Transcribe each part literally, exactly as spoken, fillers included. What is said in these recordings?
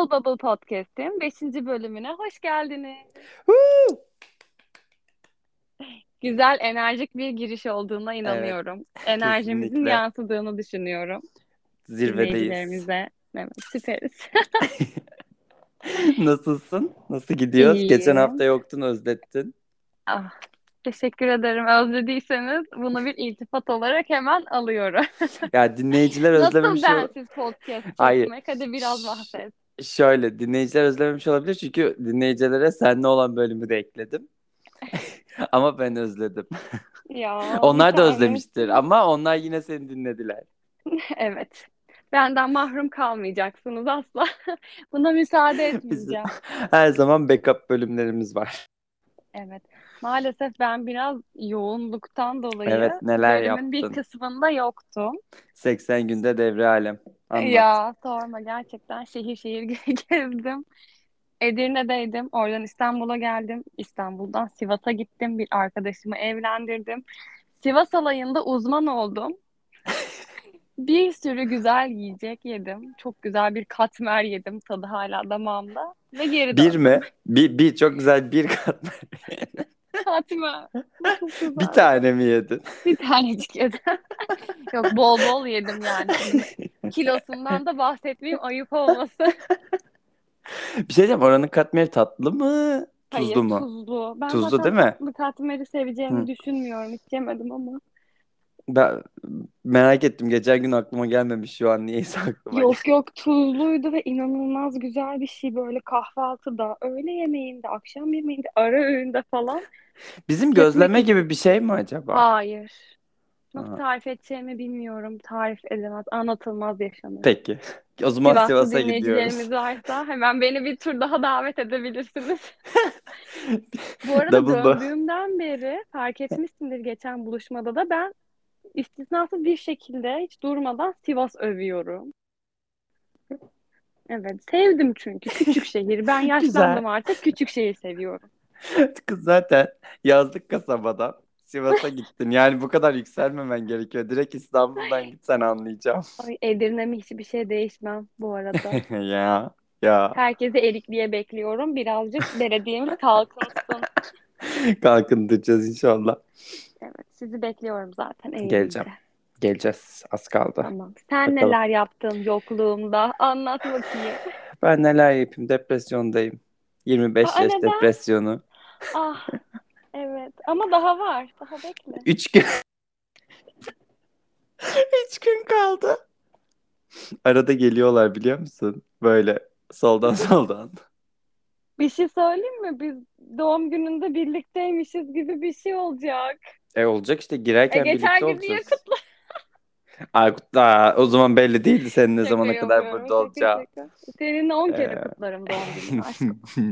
Bubble Bubble Podcast'in beşinci bölümüne hoş geldiniz. Huu! Güzel, enerjik bir giriş olduğuna Evet, inanıyorum. Enerjimizin kesinlikle yansıdığını düşünüyorum zirvedeyiz. dinleyicilerimize. Evet, süperiz. Nasılsın? Nasıl gidiyor? Geçen hafta İyiyim. yoktun, özlettin. Ah, teşekkür ederim. Özlediyseniz bunu bir iltifat olarak hemen alıyorum. Ya dinleyiciler Nasıl özlememiş ol... bensiz podcast Hayır. çekmek? Hadi biraz Ş- bahset. şöyle, dinleyiciler özlememiş olabilir çünkü dinleyicilere seninle olan bölümü de ekledim. Ama ben özledim. Ya bir Onlar da özlemiştir tanesi. ama onlar yine seni dinlediler. Evet. Benden mahrum kalmayacaksınız asla. Buna müsaade Bizim etmeyeceğim. her zaman backup bölümlerimiz var. Evet. Maalesef ben biraz yoğunluktan dolayı Evet, neler bölümün bir yaptın? kısmında yoktum. seksen günde devre alem. Anlat. Ya sorma, gerçekten şehir şehir gezdim. Edirne'deydim. Oradan İstanbul'a geldim. İstanbul'dan Sivas'a gittim. Bir arkadaşımı evlendirdim. Sivas alayında uzman oldum. Bir sürü güzel yiyecek yedim. Çok güzel bir katmer yedim. Tadı hala damağımda. Ve geri Bir döndüm. mi? Bir, bir çok güzel bir kat. Katmer. Çok Bir güzeldi. tane mi yedin? Bir tanecik yedim. Yok, bol bol yedim yani. Şimdi kilosundan da bahsetmeyeyim, ayıp olması. Bir şey diyeceğim. Oranın katmeri tatlı mı? Hayır, Tuzlu mu? tuzlu. Ben Tuzlu zaten değil mi? tatlı katmeri seveceğimi Hı. düşünmüyorum. Hiç yemedim ama. Ben merak ettim. Geçen gün aklıma gelmemiş, şu an niyeyse aklıma geldi. Yok yok, tuzluydu ve inanılmaz güzel bir şey, böyle kahvaltıda, öğle yemeğinde, akşam yemeğinde, ara öğünde falan Bizim tüketmek gözleme için. gibi bir şey mi acaba? Hayır. Nasıl Ha, tarif edeceğimi bilmiyorum. Tarif edemez, anlatılmaz yaşanır. peki. O zaman Sivaslı Sivas'a gidiyoruz. dinleyicilerimiz varsa hemen beni bir tur daha davet edebilirsiniz. Bu arada Double bu. döndüğümden beri fark etmişsindir, geçen buluşmada da ben istisnasız bir şekilde hiç durmadan Sivas övüyorum. Evet, sevdim çünkü küçük şehir. Ben Güzel. yaşlandım artık, küçük şehir seviyorum. Kız zaten yazlık kasabadan Sivas'a gittin. Yani bu kadar yükselmemen gerekiyor. Direkt İstanbul'dan gitsen anlayacağım. Ay, Edirne'mi hiçbir şey değişmem bu arada. Ya ya. Herkesi Erikli'ye bekliyorum. Birazcık belediyemiz kalkınsın. Kalkındıracağız inşallah. Evet, sizi bekliyorum zaten Geleceğim. Eğrim'de. Geleceğiz. Az kaldı. Tamam. Sen Bakalım. neler yaptın yokluğumda? Anlat bakayım. Ben neler yapayım? Depresyondayım. yirmi beş Aa, yaş neden? depresyonu. Ah, evet. Ama daha var. Daha bekle. Üç gün, üç gün kaldı. Arada geliyorlar biliyor musun? Böyle soldan soldan. Bir şey söyleyeyim mi? Biz doğum gününde birlikteymişiz gibi bir şey olacak. E olacak işte, E girerken birlikte geçen gün niye olacağız. kutla? Aykut da o zaman belli değildi senin ne Şaka zamana kadar yapıyorum. burada Şaka olacağı. şaka. Seninle on kere Ee, kutlarım doğum gününü aşkım.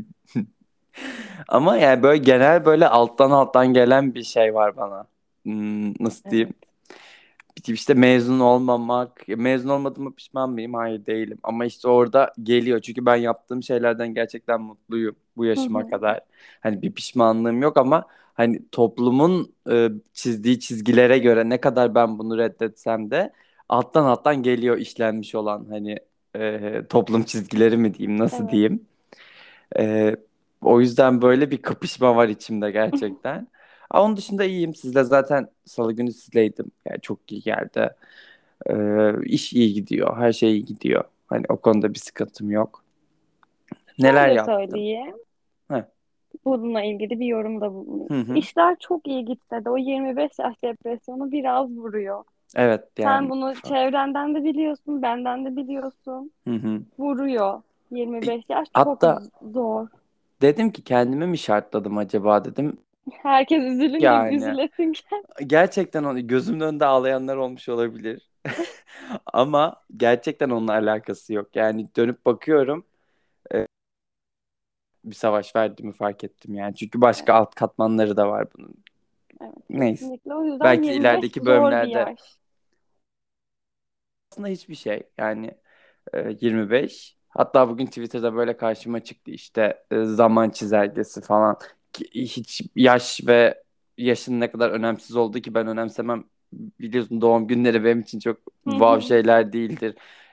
Ama yani böyle genel, böyle alttan alttan gelen bir şey var bana. Hmm, nasıl diyeyim? Evet. İşte mezun olmamak, mezun olmadığıma pişman mıyım? Hayır, değilim. Ama işte orada geliyor. Çünkü ben yaptığım şeylerden gerçekten mutluyum bu Hı yaşıma hı. kadar. Hani bir pişmanlığım yok ama hani toplumun e, çizdiği çizgilere göre ne kadar ben bunu reddetsem de alttan alttan geliyor işlenmiş olan hani e, toplum çizgileri mi diyeyim, nasıl Evet. diyeyim. E, O yüzden böyle bir kapışma var içimde gerçekten. Ama onun dışında iyiyim. Sizle zaten salı günü sizleydim. Yani çok iyi geldi. Ee, iş iyi gidiyor. Her şey iyi gidiyor. Hani o konuda bir sıkıntım yok. Neler Şöyle yaptın? söyleyeyim. Heh. Bununla ilgili bir yorumda bulunayım. Hı hı. İşler çok iyi gitse de o yirmi beş yaş depresyonu biraz vuruyor. Evet Sen yani. bunu Şu an. çevrenden de biliyorsun, benden de biliyorsun. Hı hı. Vuruyor. yirmi beş yaş çok Hatta z- zor. dedim ki kendimi mi şartladım acaba dedim. Herkes üzülünce Yani üzülesin. gerçekten onu gözümün önünde ağlayanlar olmuş olabilir. Ama gerçekten onunla alakası yok. Yani dönüp bakıyorum, e, bir savaş verdiğimi fark ettim yani. Çünkü başka Evet, alt katmanları da var bunun. evet, Neyse. kesinlikle. O yüzden Belki yirmi beş ilerideki zor bir bölümlerde yaş. aslında hiçbir şey. Yani e, yirmi beş. Hatta bugün Twitter'da böyle karşıma çıktı işte, e, zaman çizelgesi falan. Ki hiç yaş ve yaşın ne kadar önemsiz oldu ki ben önemsemem. Biliyorsun, doğum günleri benim için çok Hı wow hı. şeyler değildir.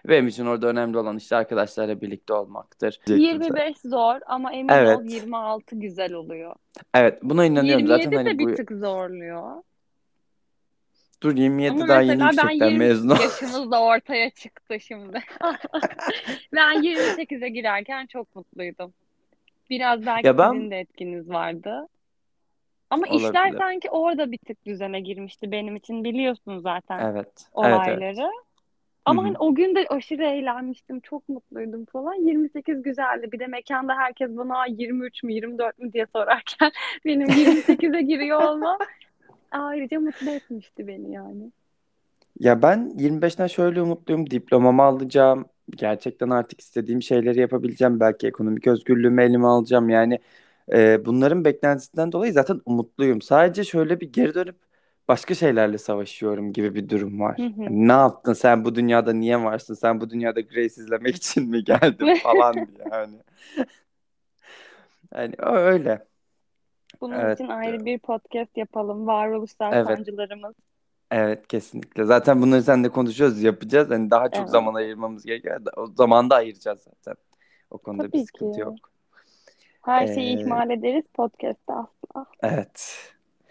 Benim için orada önemli olan işte arkadaşlarla birlikte olmaktır diyecektim yirmi sana. beş zor ama emin ol Evet. yirmi altı güzel oluyor. Evet, buna inanıyorum. Zaten yirmi yedi de hani bir bu tık zorluyor. dur Ama yirmi yedi daha yeni mesela ben yüksekten yirmi mezun oldum. yaşımız da ortaya çıktı şimdi. Ben yirmi sekize girerken çok mutluydum. Biraz belki Ya sizin ben de etkiniz vardı. Ama işler olabilir. sanki orada bir tık düzene girmişti benim için. Biliyorsun zaten Evet. Evet, evet. olayları. Hı Ama hı. hani o gün de aşırı eğlenmiştim. Çok mutluydum falan. yirmi sekiz güzeldi. Bir de mekanda herkes bana "Aa, yirmi üç mü yirmi dört mü diye sorarken benim yirmi sekize giriyor olmam ayrıca mutlu etmişti beni yani. Ya ben yirmi beşten şöyle umutluyum. Diplomamı alacağım. Gerçekten artık istediğim şeyleri yapabileceğim. Belki ekonomik özgürlüğümü elime alacağım. Yani e, bunların beklentisinden dolayı zaten umutluyum. Sadece şöyle bir geri dönüp başka şeylerle savaşıyorum gibi bir durum Hı var. hı. Yani ne yaptın sen bu dünyada niye varsın? Sen bu dünyada Grace izlemek için mi geldin falan diye yani. Yani ö- öyle. Bunun Evet. için ayrı bir podcast yapalım. Varoluşsal Evet. sancılarımız. Evet, kesinlikle. Zaten bunları seninle konuşuyoruz, yapacağız. Hani daha çok Evet. zaman ayırmamız gerekiyor. O zaman da ayıracağız zaten. O konuda bir Tabii sıkıntı ki. yok. Her şeyi Ee, ihmal ederiz podcast'te asla. evet.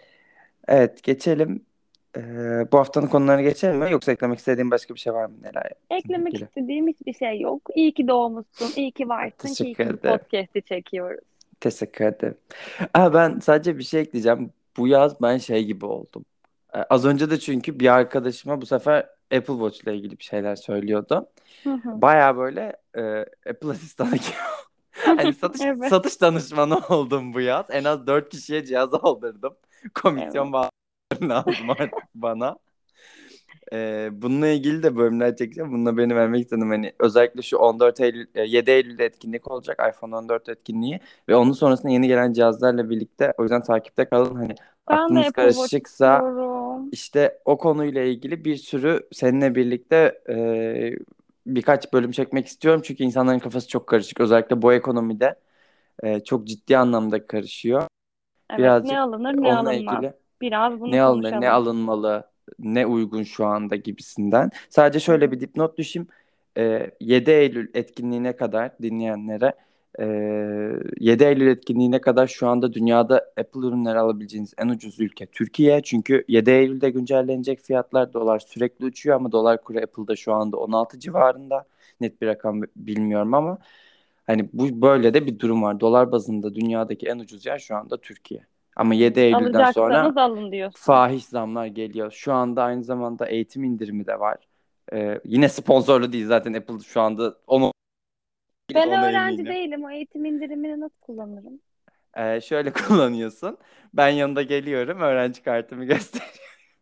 Evet, geçelim. Ee, bu haftanın konularına geçelim mi? Yoksa eklemek istediğin başka bir şey var mı? Neler yaptın Eklemek ilgili? istediğim hiçbir şey yok. İyi ki doğmuşsun, iyi ki Ha, varsın ki iyi teşekkür ki bu ederim. podcast'i çekiyoruz. Teşekkür ederim. Aa, ben sadece bir şey ekleyeceğim. Bu yaz ben şey gibi oldum. Ee, az önce de çünkü bir arkadaşıma bu sefer Apple Watch ile ilgili bir şeyler söylüyordu. Hı hı. Baya böyle e, Apple asistanı gibi. Hani satış Evet, satış danışmanı oldum bu yaz. En az dört kişiye cihaz aldırdım. evet. Komisyon bağları lazım artık bana. Ee, bununla ilgili de bölümler çekeceğim. Bununla beni vermek istedim. Hani özellikle şu on dört Eylül, e, yedi Eylül'de etkinlik olacak. iPhone on dört etkinliği. Ve onun sonrasında yeni gelen cihazlarla birlikte. O yüzden takipte kalın. Hani Ben de aklınız Apple Watch karışıksa istiyorum. işte o konuyla ilgili bir sürü seninle birlikte e, birkaç bölüm çekmek istiyorum. Çünkü insanların kafası çok karışık. Özellikle bu ekonomide e, çok ciddi anlamda karışıyor. Evet, ne Birazcık alınır ne onunla alınmaz. ilgili Biraz bunu ne alınır, ne konuşalım. alınmalı, ne uygun şu anda gibisinden. Sadece Hı şöyle hı. bir dipnot düşeyim. Ee, yedi Eylül etkinliğine kadar dinleyenlere e, yedi Eylül etkinliğine kadar şu anda dünyada Apple ürünleri alabileceğiniz en ucuz ülke Türkiye. Çünkü yedi Eylül'de güncellenecek fiyatlar, dolar sürekli uçuyor ama dolar kuru Apple'da şu anda on altı civarında. Net bir rakam bilmiyorum ama hani bu böyle de bir durum var. Dolar bazında dünyadaki en ucuz yer şu anda Türkiye. Ama yedi Hmm, Eylül'den sonra alacaksanız alın diyorsun. fahiş zamlar geliyor. Şu anda aynı zamanda eğitim indirimi de var. Ee, yine sponsorlu değil zaten Apple şu anda onu Ben ona öğrenci eminim. değilim. O eğitim indirimini nasıl kullanırım? Ee, şöyle kullanıyorsun. Ben yanında geliyorum, öğrenci kartımı gösteriyorum.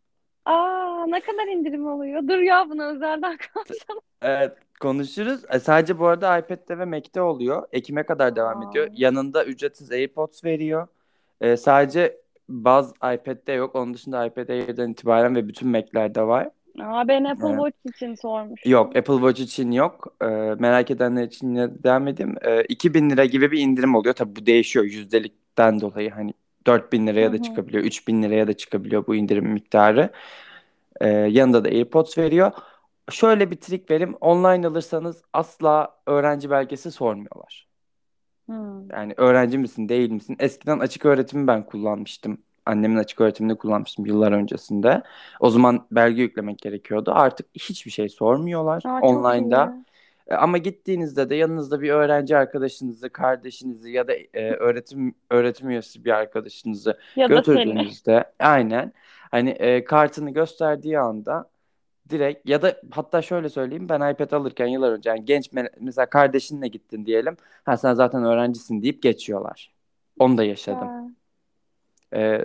Aa, ne kadar indirim oluyor? Dur ya bunu özelden konuşalım. Evet, konuşuruz. E, sadece bu arada iPad'de ve Mac'te oluyor. Ekim'e kadar devam ediyor. Aa, Yanında ücretsiz AirPods veriyor. E, sadece bazı iPad'de yok. Onun dışında iPad Air'den itibaren ve bütün Mac'lerde var. aa, ben Apple E, Watch için Yok, sormuştum. Apple Watch için yok. Ee, merak edenler için yine devam edeyim. Ee, iki bin lira gibi bir indirim oluyor. Tabii bu değişiyor yüzdelikten dolayı. Hani dört bin Hı liraya da hı. çıkabiliyor, üç bin liraya da çıkabiliyor bu indirim miktarı. Ee, yanında da AirPods veriyor. Şöyle bir trik vereyim. Online alırsanız asla öğrenci belgesi sormuyorlar. Hmm. Yani öğrenci misin, değil misin? Eskiden açık öğretimi ben kullanmıştım. Annemin açık öğretimini kullanmıştım yıllar öncesinde. O zaman belge yüklemek gerekiyordu. Artık hiçbir şey sormuyorlar Aa, çok iyi. online'da. E, Ama gittiğinizde de yanınızda bir öğrenci arkadaşınızı, kardeşinizi ya da e, öğretim öğretim üyesi bir arkadaşınızı Ya da seni. götürdüğünüzde aynen hani e, kartını gösterdiği anda direkt ya da hatta şöyle söyleyeyim, ben iPad alırken yıllar önce yani genç me- mesela kardeşinle gittin diyelim. Ha sen zaten öğrencisin deyip geçiyorlar. Onu da yaşadım. Güzel. Ee,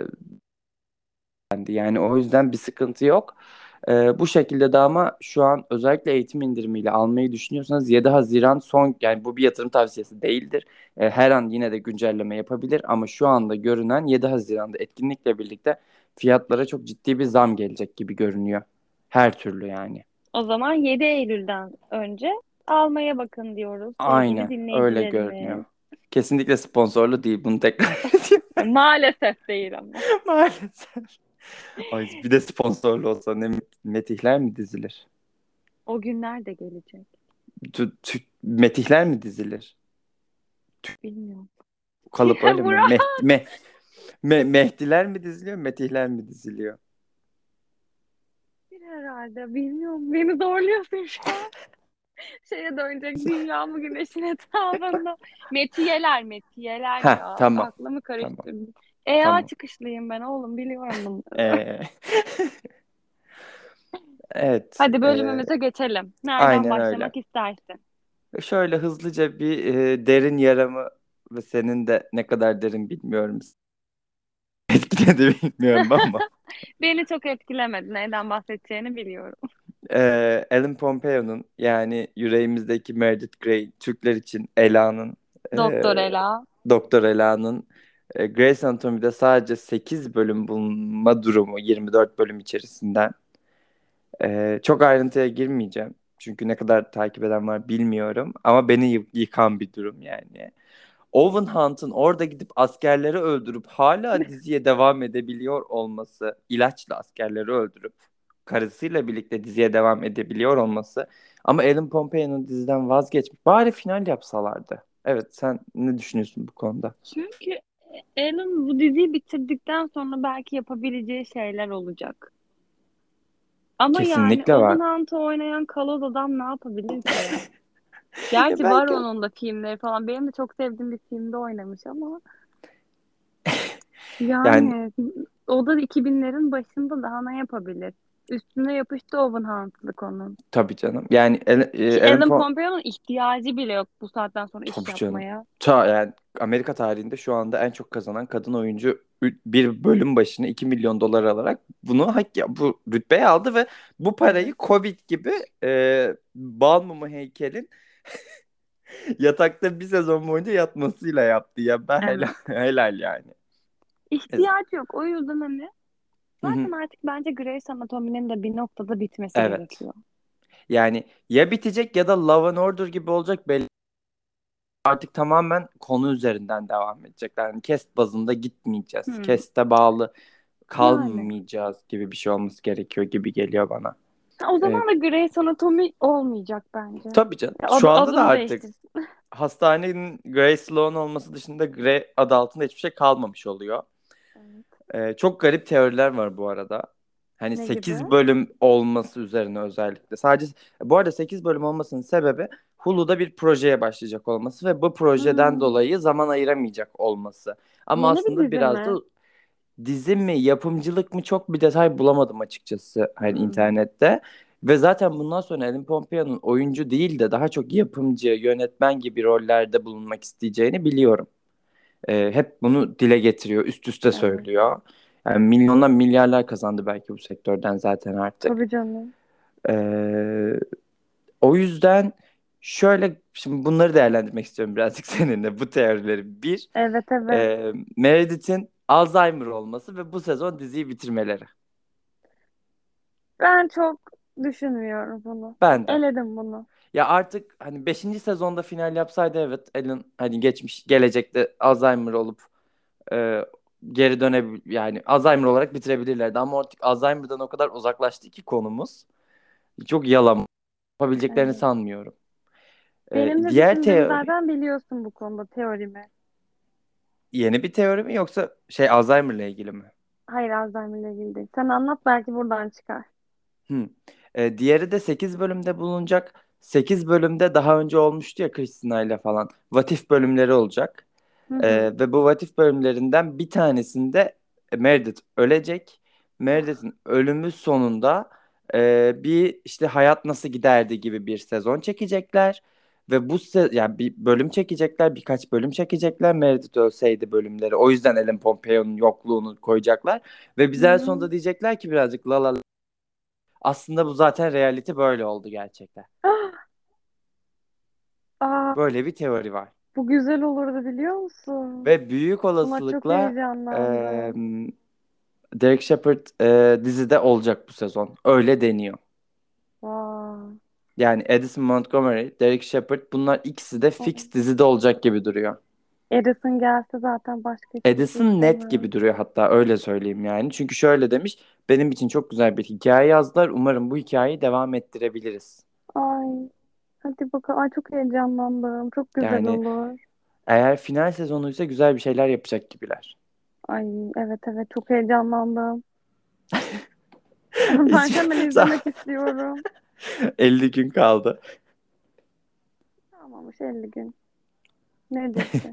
Yani o yüzden bir sıkıntı yok. Ee, bu şekilde de ama şu an özellikle eğitim indirimiyle almayı düşünüyorsanız yedi Haziran son, yani bu bir yatırım tavsiyesi değildir. Ee, her an yine de güncelleme yapabilir ama şu anda görünen yedi Haziran'da etkinlikle birlikte fiyatlara çok ciddi bir zam gelecek gibi görünüyor. Her türlü yani. O zaman yedi Eylül'den önce almaya bakın diyoruz sevgili Aynen öyle görünüyor. dinleyicilerimiz. Kesinlikle sponsorlu değil, bunu tekrar edeyim. Maalesef değil ama. Maalesef. Ay, bir de sponsorlu olsa ne metihler mi dizilir? O günler de gelecek. Tü- tü- Metihler mi dizilir? Bilmiyorum. Kalıp öyle mi? Burak. Meh, meh, me- Mehdiler mi diziliyor? Metihler mi diziliyor? Bir herhalde. Bilmiyorum. Beni zorluyorsun şu an. Şeye dönecek. Dünya mı güneşin etrafında? Metiyeler, metiyeler Ha, ya. tamam. Aklımı Tamam. karıştırdım. E A Tamam. çıkışlıyım ben oğlum. Biliyorum bunları. Ee, evet. Hadi e, bölümümüze geçelim. Nereden aynen öyle. başlamak istersin? Şöyle hızlıca bir e, derin yaramı ve senin de ne kadar derin bilmiyorum. Etkiledi bilmiyorum ama. Beni çok etkilemedi. Neyden bahsedeceğini biliyorum. Ee, Ellen Pompeo'nun yani yüreğimizdeki Meredith Grey, Türkler için Ela'nın, e, Doktor Ela. Doktor Ela'nın e, Grey's Anatomy'de sadece sekiz bölüm bulunma durumu yirmi dört bölüm içerisinden. E, çok ayrıntıya girmeyeceğim. Çünkü ne kadar takip eden var bilmiyorum. Ama beni yı- yıkan bir durum yani. Owen Hunt'ın orada gidip askerleri öldürüp hala diziye devam edebiliyor olması, ilaçla askerleri öldürüp karısıyla birlikte diziye devam edebiliyor olması ama Ellen Pompeia'nın diziden vazgeçmiş. Bari final yapsalardı. Evet, sen ne düşünüyorsun bu konuda? Çünkü Alan bu diziyi bitirdikten sonra belki yapabileceği şeyler olacak. Ama yani Kesinlikle Owen var. Hunt'ı oynayan kalos adam ne yapabilir ki? Ya Gerçi var belki onun da filmleri falan. Benim de çok sevdiğim bir filmde oynamış ama yani yani o da iki binlerin başında daha ne yapabilir? Üstüne yapıştı Owen Hunt'lık onun. tabii canım. Yani El- e, Ki Ellen Ellen Pom Pompeo'nun ihtiyacı bile yok bu saatten sonra iş tabii canım. yapmaya. Ta yani Amerika tarihinde şu anda en çok kazanan kadın oyuncu ü- bir bölüm başına iki milyon dolar alarak bunu hak ya bu rütbeye aldı ve bu parayı Evet. Covid gibi e, bal mumu heykelin yatakta bir sezon boyunca yatmasıyla yaptı ya ben helal, Evet. helal yani. Ez- İhtiyaç yok. O yüzden hani Hı hı. zaten artık bence Grey's Anatomy'nin de bir noktada bitmesi Evet. gerekiyor. Yani ya bitecek ya da Law and Order gibi olacak belli. Artık tamamen konu üzerinden devam edecekler. Yani cast bazında gitmeyeceğiz. Hmm. Cast'e bağlı Yani. kalmayacağız gibi bir şey olması gerekiyor gibi geliyor bana. Ha, o Ee, zaman da Grey's Anatomy olmayacak bence. tabii canım. Ya Şu adı, anda da adını artık değiştirsin. hastanenin Grey Sloan olması dışında Grey adı altında hiçbir şey kalmamış oluyor. Evet. Ee, çok garip teoriler var bu arada. Hani Ne gibi? sekiz bölüm olması üzerine özellikle. Sadece bu arada sekiz bölüm olmasının sebebi Hulu'da bir projeye başlayacak olması ve bu projeden Hmm. dolayı zaman ayıramayacak olması. Ama Yeni bir aslında dizi biraz da mi? dizi mi, yapımcılık mı çok bir detay bulamadım açıkçası hani Hmm. internette. Ve zaten bundan sonra Ellen Pompeo'nun oyuncu değil de daha çok yapımcı, yönetmen gibi rollerde bulunmak isteyeceğini biliyorum. Ee, hep bunu dile getiriyor, üst üste Evet. söylüyor. Yani milyondan milyarlar kazandı belki bu sektörden zaten artık. Tabii canım. Ee, O yüzden şöyle şimdi bunları değerlendirmek istiyorum birazcık seninle bu teorileri. Bir, Evet, evet. e, Meredith'in Alzheimer olması ve bu sezon diziyi bitirmeleri. Ben çok düşünmüyorum bunu. Ben de. Eledim bunu. Ya artık hani beşinci sezonda final yapsaydı evet Ellen hani geçmiş gelecekte Alzheimer olup e, geri dönebil yani Alzheimer olarak bitirebilirlerdi ama artık Alzheimer'dan o kadar uzaklaştı ki konumuz. Çok yalan yapabileceklerini Evet. sanmıyorum. E, Benim de diğer düşündüğümü teori zaten biliyorsun bu konuda teorimi. yeni bir teori mi yoksa şey Alzheimer'la ilgili mi? Hayır, Alzheimer'la ilgili değil. Sen anlat, belki buradan çıkar. Hı. E, diğeri de sekiz bölümde bulunacak. Sekiz bölümde daha önce olmuştu ya Christina ile falan. What If bölümleri olacak. Hı Ee, hı. ve bu What If bölümlerinden bir tanesinde Meredith ölecek. Meredith'in ölümü sonunda e, bir işte hayat nasıl giderdi gibi bir sezon çekecekler. Ve bu se yani bir bölüm çekecekler, birkaç bölüm çekecekler. Meredith ölseydi bölümleri. O yüzden Ellen Pompeo'nun yokluğunu koyacaklar. Ve bize en Hmm. sonunda diyecekler ki birazcık la la la. Aslında bu zaten reality böyle oldu gerçekten. Aa, Böyle bir teori var. bu güzel olurdu biliyor musun? Ve büyük Buna çok olasılıkla heyecanlandım. Derek Shepherd e, dizide olacak bu sezon. Öyle deniyor. Vay. Yani Addison Montgomery, Derek Shepherd bunlar ikisi de Evet. fix dizide olacak gibi duruyor. Edison gelse zaten başka hiçbir şey Addison net gibi istemiyorum. duruyor hatta öyle söyleyeyim yani. Çünkü şöyle demiş, benim için çok güzel bir hikaye yazdılar. Umarım bu hikayeyi devam ettirebiliriz. Ay, hadi bakalım. Ay, çok heyecanlandım. Çok güzel Yani olur. eğer final sezonuysa güzel bir şeyler yapacak gibiler. Ay, evet evet, çok heyecanlandım. Ben Hiçbir- hemen Sa- izlemek istiyorum. elli gün kaldı. Tamammış, elli gün. Nedir ki?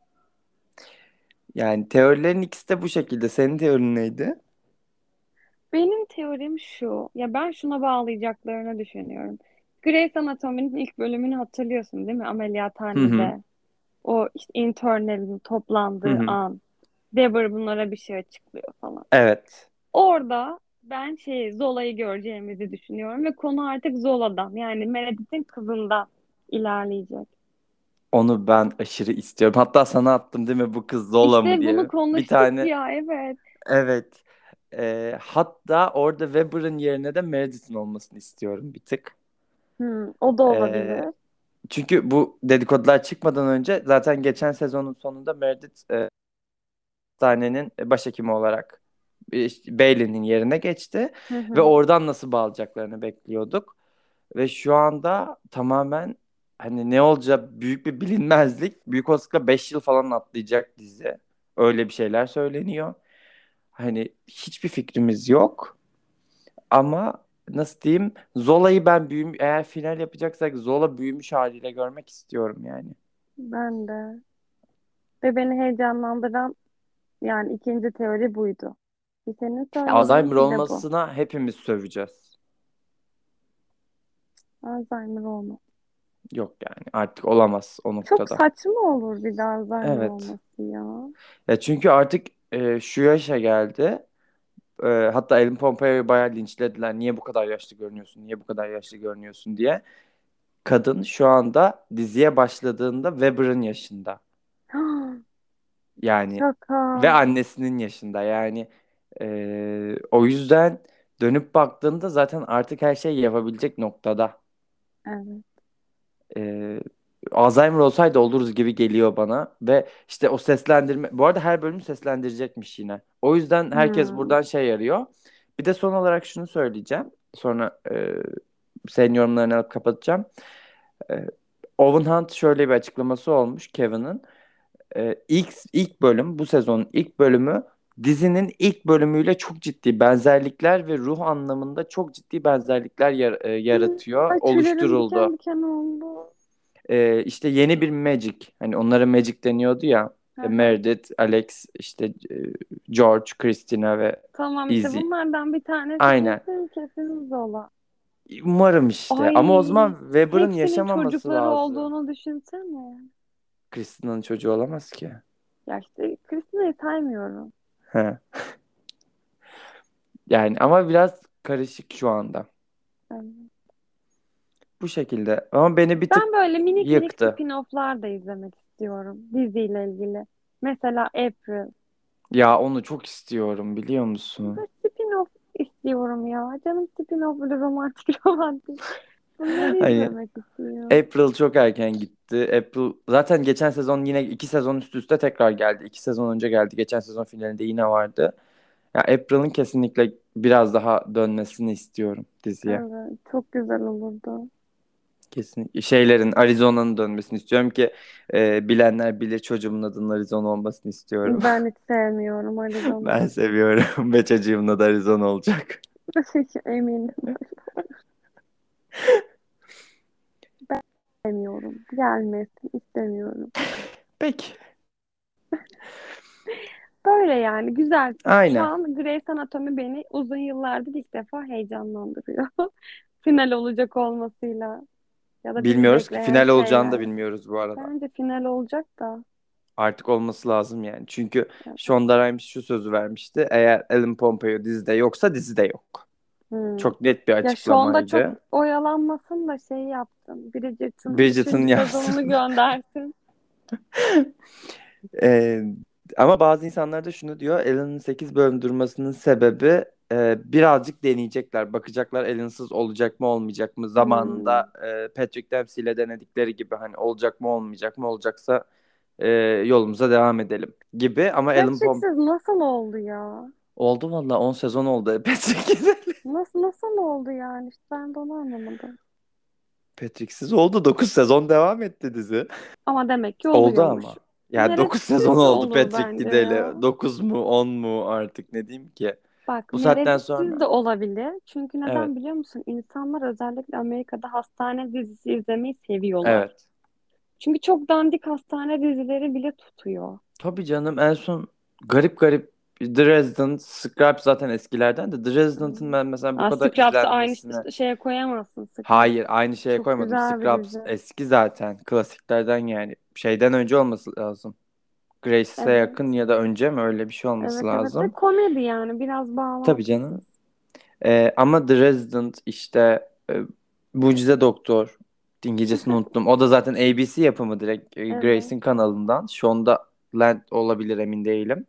Yani teorilerin ikisi de bu şekilde. Senin teorin neydi? Benim teorim şu. Ya ben şuna bağlayacaklarını düşünüyorum. Grey's Anatomy'nin ilk bölümünü hatırlıyorsun değil mi? Hı hı. Ameliyathanede. O işte internlerin Hı toplandığı hı. an. Deborah bunlara bir şey açıklıyor falan. Evet. Orada ben şey Zola'yı göreceğimizi düşünüyorum ve konu artık Zola'dan, yani Meredith'in kızından ilerleyecek. Onu ben aşırı istiyorum. Hatta sana attım değil mi bu kız Zola mı İşte bunu diye. Bir konuştuk tane ya, evet. evet. Ee, hatta orada Weber'ın yerine de Meredith'in olmasını istiyorum bir tık. Hmm, o da Ee, olabilir. çünkü bu dedikodular çıkmadan önce zaten geçen sezonun sonunda Meredith e, hastanenin başhekimi olarak e, işte Bailey'nin yerine geçti Hı ve hı. oradan nasıl bağlayacaklarını bekliyorduk. Ve şu anda tamamen hani ne olacağı büyük bir bilinmezlik. Büyük olasılıkla beş yıl falan atlayacak dizi. Öyle bir şeyler söyleniyor. Hani hiçbir fikrimiz yok. Ama nasıl diyeyim? Zola'yı ben büyüm eğer final yapacaksak Zola büyümüş haliyle görmek istiyorum yani. Ben de. Ve beni heyecanlandıran, yani ikinci teori buydu. Bir senin Alzheimer söylediğin, bir de bu. olmasına hepimiz söveceğiz. Alzheimer olma. Yok yani artık olamaz o Çok noktada. saçma olur bir de Alzheimer Evet. olması ya. Ya çünkü artık e, şu yaşa geldi. E, hatta Ellen Pompeo'yu bayağı linçlediler. Niye bu kadar yaşlı görünüyorsun? Niye bu kadar yaşlı görünüyorsun diye. Kadın şu anda diziye başladığında Weber'ın yaşında. Yani Şaka. ve annesinin yaşında. Yani e, o yüzden dönüp baktığında zaten artık her şeyi yapabilecek noktada. Evet. e, Alzheimer olsaydı oluruz gibi geliyor bana ve işte o seslendirme bu arada her bölüm seslendirecekmiş yine. O yüzden herkes Hmm. buradan şey yarıyor. Bir de son olarak şunu söyleyeceğim. Sonra e, senin yorumlarını alıp kapatacağım. E, Owen Hunt şöyle bir açıklaması olmuş Kevin'in. E, ilk ilk bölüm bu sezonun ilk bölümü dizinin ilk bölümüyle çok ciddi benzerlikler ve ruh anlamında çok ciddi benzerlikler yar- e, Hmm. yaratıyor, Ay, tüylerim diken oluşturuldu. diken oldu. Ee, işte yeni bir Magic. Hani onlara Magic deniyordu ya. Hı E, hı. Meredith, Alex, işte e, George, Christina ve Tamam, işte Izzy. bunlardan bir tanesi Aynen. kesin kesin Zola. Umarım işte. Ama o Ay, zaman Weber'ın hepsinin yaşamaması çocukları lazım. olduğunu düşünsene. Christina'nın çocuğu olamaz ki. Ya işte Christina'yı saymıyorum. He. Yani ama biraz karışık şu anda. Evet. Bu şekilde. Ama beni bir tık Ben böyle minik minik yıktı. spin-off'lar da izlemek istiyorum diziyle ilgili. Mesela April. Ya onu çok istiyorum biliyor musun? Ben spin-off istiyorum ya. Canım spin-off, böyle romantik romantik. Bunları Hani izlemek istiyorum. April çok erken gitti. April zaten geçen sezon yine iki sezon üst üste tekrar geldi. İki sezon önce geldi. Geçen sezon finalinde yine vardı. Ya April'ın kesinlikle biraz daha dönmesini istiyorum diziye. Evet, çok güzel olurdu. Kesinlikle. Şeylerin Arizona'nın dönmesini istiyorum ki e, bilenler bilir çocuğumun adının Arizona olmasını istiyorum. Ben hiç sevmiyorum Ben Arizona. seviyorum ve çocuğumun adı Arizona olacak. Eminim. Sevmiyorum. Gelmesin istemiyorum. Peki. Böyle yani, güzel. Şu Aynen. an Grey's Anatomy beni uzun yıllardır ilk defa heyecanlandırıyor. Final olacak olmasıyla ya da bizi Bilmiyoruz ki bekleyen final olacağını da şeyler. bilmiyoruz bu arada. Bence final olacak da. Artık olması lazım yani. Çünkü Evet. Shonda Rhimes şu sözü vermişti. Eğer Ellen Pompeo dizide yoksa dizide yok. Hmm. Çok net bir Ya şu anda çok açıklamaydı. oyalanmasın da şey yaptım. Bridgerton'ın Bridgerton üçüncü sezonunu yazsın. göndersin. Ee, ama bazı insanlar da şunu diyor. Ellen'ın sekiz bölüm durmasının sebebi e, birazcık deneyecekler. Bakacaklar Ellen'sız olacak mı olmayacak mı? Hmm. Zamanında e, Patrick Dempsey ile denedikleri gibi hani olacak mı olmayacak mı? Olacaksa e, yolumuza devam edelim gibi. Ama Ellen Pom Patrick'siz nasıl oldu ya? oldu valla on sezon oldu Patrick. Nasıl nasıl oldu yani? İşte ben de onu anlamadım. Patrick'siz oldu. Dokuz sezon devam etti dizi. Ama demek ki Oldu oluyormuş. ama. Yani dokuz sezon Meredith'siz de oldu olur Patrick bence gideli. ya. Dokuz mu on mu artık ne diyeyim ki. Bak, Bu saatten Meredith'siz sonra de olabilir. Çünkü evet. neden biliyor musun? İnsanlar özellikle Amerika'da hastane dizisi izlemeyi seviyorlar. Evet. Çünkü çok dandik hastane dizileri bile tutuyor. Tabii canım en son garip garip The Resident, Scrubs zaten eskilerden de The Resident'ın Hmm. ben mesela bu Aa, kadar Scrubs'ı aynı izlenmesine ş- şeye koyamazsın, Scrubs. hayır aynı şeye Çok koymadım. güzel bir Scrubs dizi. eski zaten klasiklerden yani şeyden önce olması lazım. Grace'e yakın Evet. ya da önce mi öyle bir şey olması Evet, evet, ve lazım. komedi yani biraz Tabii canım. bağlantısız. Ee, ama The Resident işte e, Mucize Doktor İngilizcesini unuttum. O da zaten A B C yapımı direkt e, Evet. Grace'in kanalından. Shonda Land olabilir emin değilim.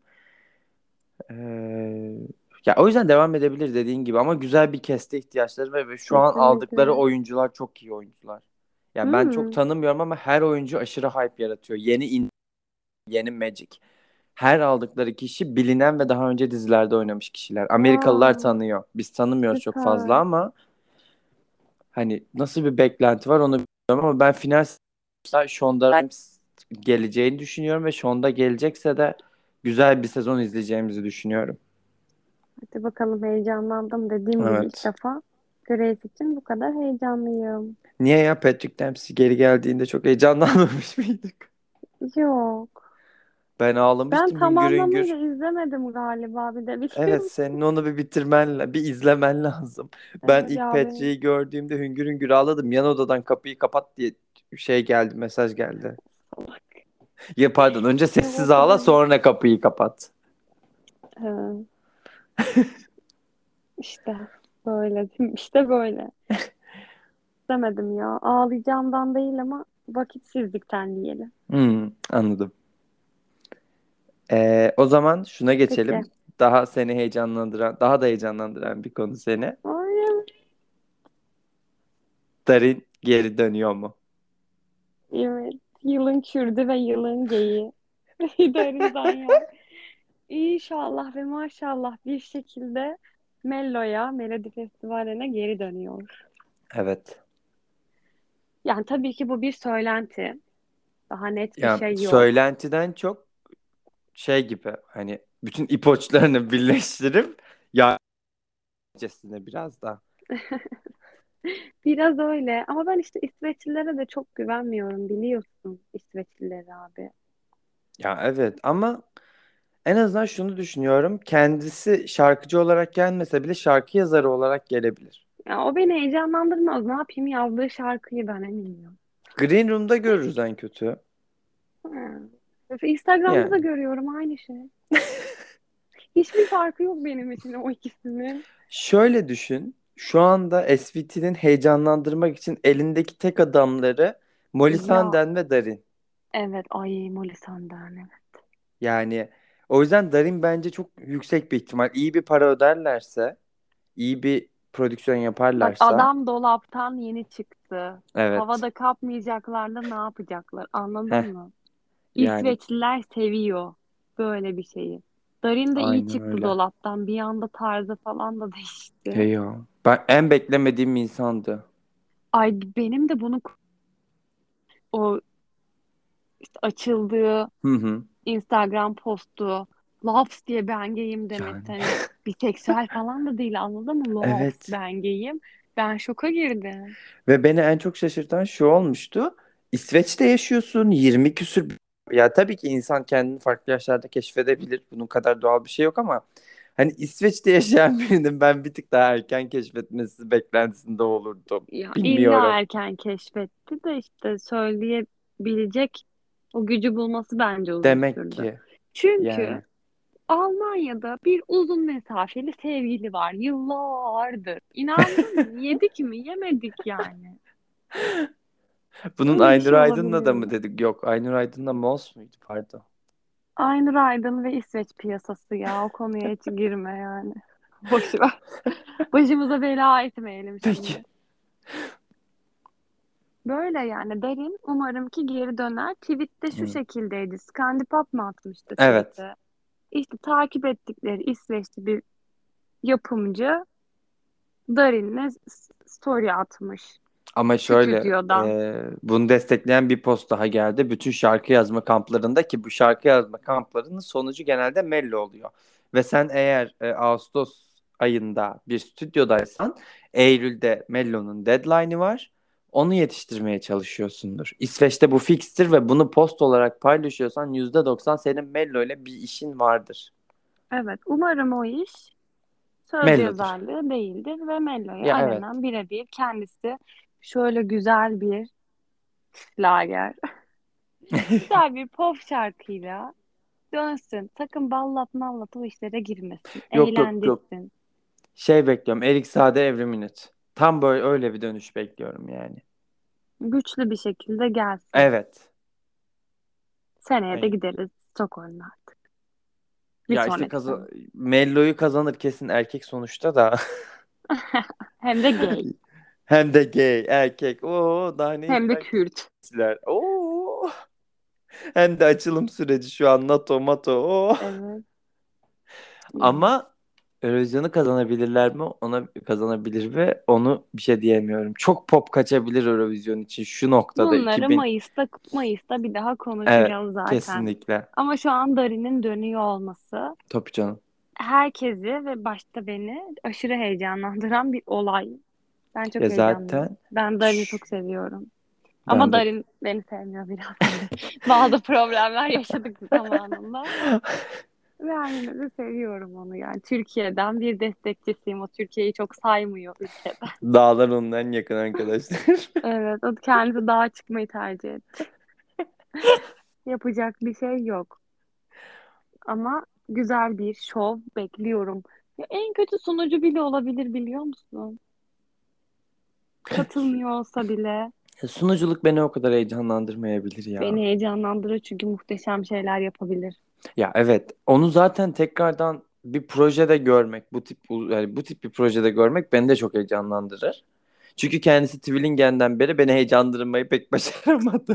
Ee, ya o yüzden devam edebilir dediğin gibi ama güzel bir cast'e ihtiyaçları var ve şu an aldıkları Kesinlikle. oyuncular çok iyi oyuncular. Yani ben çok Hmm. tanımıyorum ama her oyuncu aşırı hype yaratıyor. Yeni in, yeni Magic. Her aldıkları kişi bilinen ve daha önce dizilerde oynamış kişiler. Amerikalılar Aa, tanıyor. Biz tanımıyoruz çok fazla süper. ama hani nasıl bir beklenti var onu bilmiyorum ama ben final Shonda Rhimes geleceğini düşünüyorum ve Shonda gelecekse de güzel bir sezon izleyeceğimizi düşünüyorum. Hadi bakalım, heyecanlandım. Dediğim gibi ilk Evet. defa Grace için bu kadar heyecanlıyım. Niye ya Patrick Dempsey geri geldiğinde çok heyecanlanmamış mıydık? Yok. Ben Ben ağlamıştım hüngür tamamlamıyla hüngür. izlemedim galiba, bir de biliyor Evet musun? senin onu bir bitirmen, bir izlemen lazım. Ben Evet ilk ya, benim Patrick'i gördüğümde hüngür hüngür ağladım. Yan odadan kapıyı kapat diye şey geldi, mesaj geldi. salak. Ya pardon, önce Yok, sessiz o ağla kadar değil. sonra kapıyı kapat. Ha, işte böyle. İşte böyle. İstemedim ya. Ağlayacağımdan değil ama vakitsizlikten diyelim. Hmm, anladım. Ee, o zaman şuna Peki. geçelim. Daha seni heyecanlandıran, daha da heyecanlandıran bir konu seni. Ay, Darin geri dönüyor mu? evet. Yılın Kürdü ve yılın geyi. Derin Zanyar. İnşallah ve maşallah bir şekilde Mello'ya, Melodi Festivali'ne geri dönüyor. Evet. Yani tabii ki bu bir söylenti. Daha net bir Yani şey yok. söylentiden çok şey gibi hani bütün ipuçlarını birleştirip yargıcısını biraz da. Biraz öyle ama ben işte İsveçlilere de çok güvenmiyorum, biliyorsun İsveçlileri abi. Ya evet ama en azından şunu düşünüyorum. Kendisi şarkıcı olarak gelmese bile şarkı yazarı olarak gelebilir. Ya o beni heyecanlandırmaz. Ne yapayım, yazdığı şarkıyı ben eminim. Green Room'da görürüz en kötü. Ha. Instagram'da da Yani. görüyorum aynı şey. Hiçbir farkı yok benim için o ikisinin. Şöyle düşün. Şu anda S V T'nin heyecanlandırmak için elindeki tek adamları Molly Ya Sanden ve Darin. evet, ay Molly Sandern, evet. Yani o yüzden Darin bence çok yüksek bir ihtimal. İyi bir para öderlerse, iyi bir prodüksiyon Bak, yaparlarsa. adam dolaptan yeni çıktı. Evet. Havada kapmayacaklar da ne yapacaklar, anladın Heh, mı? yani İsveçliler seviyor böyle bir şeyi. Darin de iyi aynen çıktı öyle. dolaptan. Bir anda tarzı falan da değişti. Hey ya. Ben en beklemediğim insandı. Ay, benim de bunu o işte açıldığı Hı hı. Instagram postu, Loves diye ben gayim demesi, Yani hani biseksüel falan da değil, anladın mı? Loves, evet. ben gayim. Ben şoka girdim. Ve beni en çok şaşırtan şu olmuştu. İsveç'te yaşıyorsun. yirmi küsür. Ya tabii ki insan kendini farklı yaşlarda keşfedebilir. Bunun kadar doğal bir şey yok ama hani İsveç'te yaşayan birinin ben bir tık daha erken keşfetmesi beklentisinde olurdum. Ya illa Bilmiyorum. erken keşfetti de işte söyleyebilecek o gücü bulması bence uzun Demek sürdü. ki Çünkü yani. Almanya'da bir uzun mesafeli sevgili var yıllardır. İnanır mısın? Yedik mi? Yemedik yani. Bunun Böyle bir Aynur şey Aydın'la da olabiliyor. mı dedik? Yok, Aynur Aydın'la Mos muydu? Pardon. Aynur Aydın ve İsveç piyasası ya. O konuya hiç girme yani. Boş ver. Başımıza bela etmeyelim Peki. şimdi. Böyle yani, derin. Umarım ki geri döner. Tweet'te şu Hı. şekildeydi. Skandipop mu atmıştı Evet. tweet'e? İşte takip ettikleri İsveçli bir yapımcı Darin'le s- story atmış. Ama şöyle Stüdyodan. e, bunu destekleyen bir post daha geldi. Bütün şarkı yazma kamplarında ki bu şarkı yazma kamplarının sonucu genelde Mello oluyor. Ve sen eğer e, Ağustos ayında bir stüdyodaysan Eylül'de Mello'nun deadline'ı var. Onu yetiştirmeye çalışıyorsundur. İsveç'te bu fikstir ve bunu post olarak paylaşıyorsan yüzde doksan senin Mello ile bir işin vardır. Evet, umarım o iş söz Mello'dur. yazarlığı değildir ve Mello'ya Ya evet. alenen birebir kendisi şöyle güzel bir lager, güzel bir pop şarkıyla dönsün. Sakın ballat mallat o işlere girmesin. Yok yok yok. Eğlendirsin. Şey bekliyorum. Erik Sade Evriminit. Tam böyle öyle bir dönüş bekliyorum yani. Güçlü bir şekilde gelsin. Evet. Seneye de Yani, gideriz Stockholm'a. Bir ya işte sonraki kaza sene. Mello'yu kazanır kesin erkek sonuçta da. Hem de gay. Hem de gay erkek. Oo daha ne Hem de ister Kürt. kişiler. Oo. Hem de açılım süreci şu an NATO mato. Oo. Evet. Yani. Ama Eurovision'u kazanabilirler mi? Ona kazanabilir ve onu bir şey diyemiyorum. Çok pop kaçabilir Eurovision için şu noktada Bunları iki bin. Mayıs'ta Mayıs'ta bir daha Evet, konuşacağız zaten. kesinlikle. Ama şu an Dari'nin dönüyor olması Tabii canım. herkesi ve başta beni aşırı heyecanlandıran bir olay. Ben çok Ya heyecanlıyım. zaten Ben Darin'i şş, çok seviyorum. Ama ben de. Darin beni sevmiyor biraz tabii. Bazı problemler yaşadık zamanında. Ben yine de seviyorum onu yani. Türkiye'den bir destekçisiyim. O Türkiye'yi çok saymıyor ülkede. Dağlar ondan en yakın arkadaşlar. Evet, o kendisi dağa çıkmayı tercih etti. Yapacak bir şey yok. Ama güzel bir şov bekliyorum. Ya en kötü sunucu bile olabilir biliyor musun? Katılmıyor olsa bile Sunuculuk beni o kadar heyecanlandırmayabilir beni ya. heyecanlandırır çünkü muhteşem şeyler yapabilir. Ya evet, onu zaten tekrardan bir projede görmek, bu tip yani bu tip bir projede görmek beni de çok heyecanlandırır. Çünkü kendisi Twilingen'den beri beni heyecanlandırmayı pek başaramadı.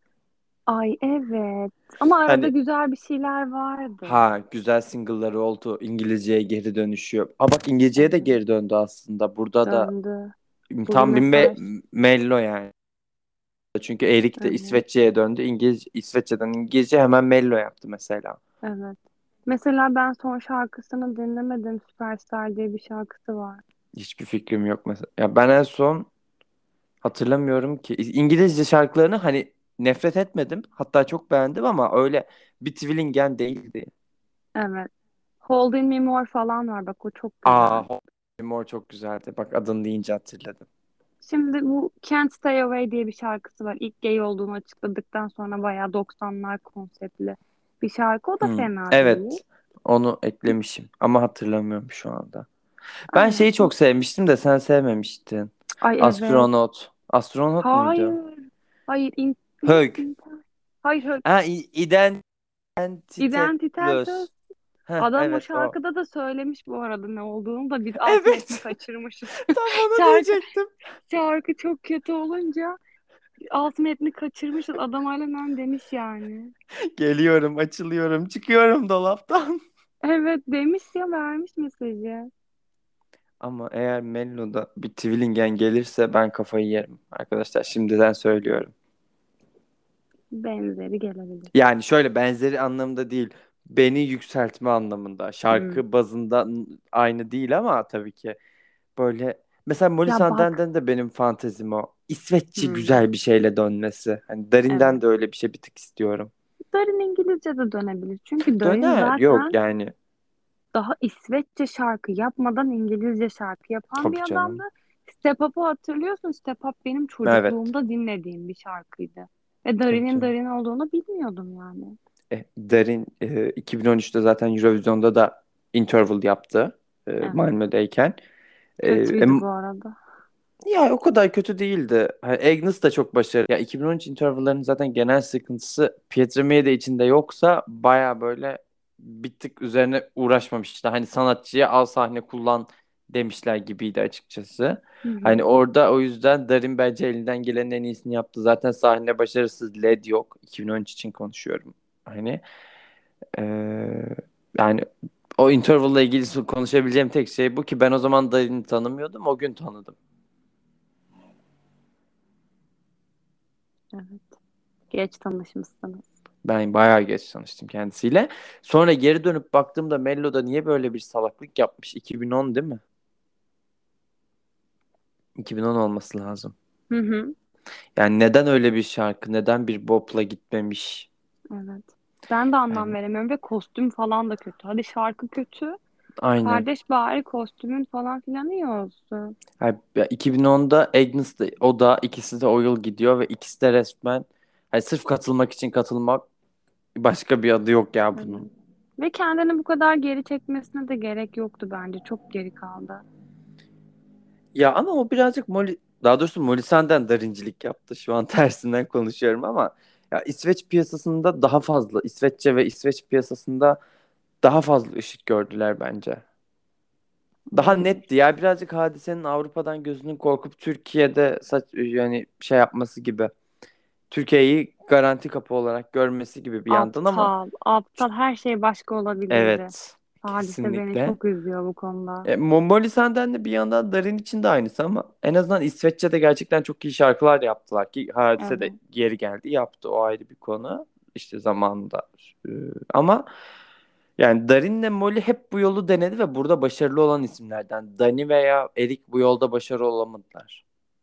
Ay evet. Ama arada Hani güzel bir şeyler vardı. ha güzel single'ları oldu. İngilizceye geri dönüşüyor. Aa bak İngilizceye de Evet. geri döndü aslında. Burada da Döndü. Bu bir tam bir me- mesaj. mello yani. Çünkü Erik de Evet. İsveççe'ye döndü. İngiliz İsveççeden İngilizce hemen mello yaptı mesela. Evet. Mesela ben son şarkısını dinlemedim. Superstar diye bir şarkısı var. Hiçbir fikrim yok mesela. Ya ben en son hatırlamıyorum ki İngilizce şarkılarını hani nefret etmedim. Hatta çok beğendim ama öyle bir Twillingen değildi. Evet. Holding Me More falan var. Bak o çok Aa, güzel. Mor çok güzeldi. Bak adını deyince hatırladım. Şimdi bu Can't Stay Away diye bir şarkısı var. İlk gay olduğunu açıkladıktan sonra bayağı doksanlar konseptli bir şarkı. O da Hmm, fena değil. evet. Onu eklemişim ama hatırlamıyorum şu anda. Ben Aynen. şeyi çok sevmiştim de sen sevmemiştin. Ay evet. Astronot. Astronot muydu? Hayır. Hayır. In, ne? Hög. İnter. Hayır. Hayır. Ha, i- Identity Identitel. Plus. Heh, Adam o evet o. şarkıda da söylemiş bu arada ne olduğunu da biz alt metni Evet. kaçırmışız. Tam onu Şarkı diyecektim. şarkı çok kötü olunca alt metni kaçırmışız. Adam halen demiş yani. Geliyorum, açılıyorum, çıkıyorum dolaptan. Evet demiş ya vermiş mesajı. Ama eğer Mello'da bir Twillingen gelirse ben kafayı yerim. Arkadaşlar şimdiden söylüyorum. Benzeri gelebilir. Yani şöyle benzeri anlamda değil. Beni yükseltme anlamında. Hmm. Şarkı bazında n- aynı değil ama tabii ki. Böyle mesela Molly Ya bak. Sandal'den de benim fantezim o. İsveççe Hmm. güzel bir şeyle dönmesi. Hani Darin'den Evet. de öyle bir şey bir tık istiyorum. Darin İngilizce de dönebilir. Çünkü Darin Döner yok zaten yani. daha İsveççe şarkı yapmadan İngilizce şarkı yapan bir Tabii adamdı. canım. Step Up'ı hatırlıyorsun. Step Up benim Evet. çocukluğumda dinlediğim bir şarkıydı. Ve Tabii Darin'in canım. Darin olduğunu bilmiyordum yani. E, Darin e, iki bin on üçte zaten Eurovision'da da Interval yaptı. E, Evet. Malmö'deyken. E, Kötüydü em- bu arada. ya o kadar kötü değildi. Ha, Agnes da çok başarılı. Ya iki bin on üç Interval'ların zaten genel sıkıntısı Pietro Mede içinde yoksa baya böyle bir tık üzerine uğraşmamışlar. Hani sanatçıya al sahne kullan demişler gibiydi açıkçası. Hı Hani hı. orada o yüzden Darin bence elinden gelenin en iyisini yaptı. Zaten sahne başarısız L E D yok. iki bin on üç için konuşuyorum. Hani ee, yani o interval'la ilgili konuşabileceğim tek şey bu ki ben o zaman Darin'i tanımıyordum. O gün tanıdım. Evet. Geç tanışmışsınız. Ben bayağı geç tanıştım kendisiyle. Sonra geri dönüp baktığımda Mello'da niye böyle bir salaklık yapmış? iki bin on değil mi? iki bin on olması lazım. Hı hı. Yani neden öyle bir şarkı, neden bir bopla gitmemiş? Evet. Ben de anlam Yani veremiyorum ve kostüm falan da kötü. Hadi şarkı kötü. aynen. Kardeş bari kostümün falan filan iyi olsun. Yani iki bin onda Agnes de o da ikisi de o yıl gidiyor ve ikisi de resmen hani sırf katılmak için katılmak, başka bir adı yok ya bunun. Evet. Ve kendini bu kadar geri çekmesine de gerek yoktu bence. Çok geri kaldı. Ya ama o birazcık Molly, daha doğrusu Molly Sand'den derincilik yaptı. Şu an tersinden konuşuyorum ama ya İsveç piyasasında daha fazla, İsveççe ve İsveç piyasasında daha fazla ışık gördüler bence. Daha Olabilir. netti ya, birazcık Hadise'nin Avrupa'dan gözünün korkup Türkiye'de saç yani şey yapması gibi. Türkiye'yi garanti kapı olarak görmesi gibi bir yandan ama Aptal. Aptal. Her şey başka olabilirdi. evet, Hadise beni kesinlikle. çok üzüyor bu konuda. E, Mo- Molly Sand'den de bir yandan Darin için de aynısı ama en azından İsveççe'de gerçekten çok iyi şarkılar yaptılar ki Hadise de Evet. geri geldi yaptı, o ayrı bir konu işte zamanında. E, ama yani Darin'le Molly hep bu yolu denedi ve burada başarılı olan isimlerden. Dani veya Erik bu yolda başarılı olamadılar.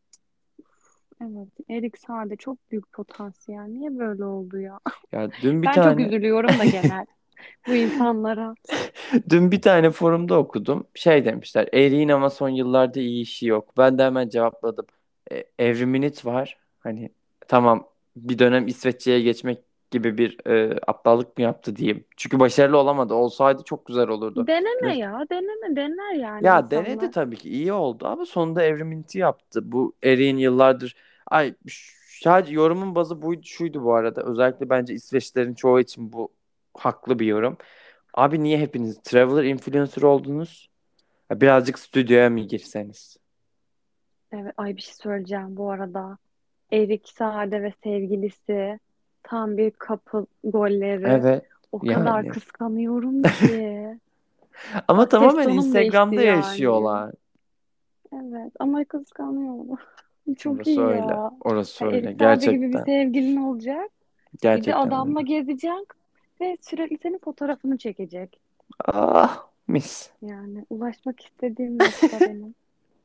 Evet. Erik Sade çok büyük potansiyel. Niye böyle oldu ya? Ya dün bir Ben çok tane üzülüyorum da genel bu insanlara. dün bir tane forumda okudum. Şey demişler. Erik'in ama son yıllarda iyi işi yok. Ben de hemen cevapladım. E, Evriminit var. Hani tamam, bir dönem İsveççe'ye geçmek gibi bir e, aptallık mı yaptı diyeyim. Çünkü başarılı olamadı. Olsaydı çok güzel olurdu. En Deneme az- ya. Deneme. Dener yani Ya denedi insanlar. tabii ki, iyi oldu ama sonunda Evriminit'i yaptı. Bu Erik'in yıllardır ay ş- sadece yorumun bazı buydu, şuydu bu arada. Özellikle bence İsveçlerin çoğu için bu haklı bir yorum. Abi niye hepiniz traveler influencer oldunuz? Ya birazcık stüdyoya mı girseniz? Evet. Ay bir şey söyleyeceğim bu arada. Erik Sade ve sevgilisi tam bir couple golleri. Evet O kadar yani. kıskanıyorum ki. Ama Bak ses tamamen tonum değişti Instagram'da yani. yaşıyorlar. Evet ama kıskanıyorum. Çok Orası iyi öyle. ya. Orası Ya öyle. Erik Sade gibi bir Gerçekten. sevgilin olacak. Bir de Gerçekten öyle. adamla gezecek ve sürekli senin fotoğrafını çekecek. Ah, mis. Yani ulaşmak istediğim nokta benim.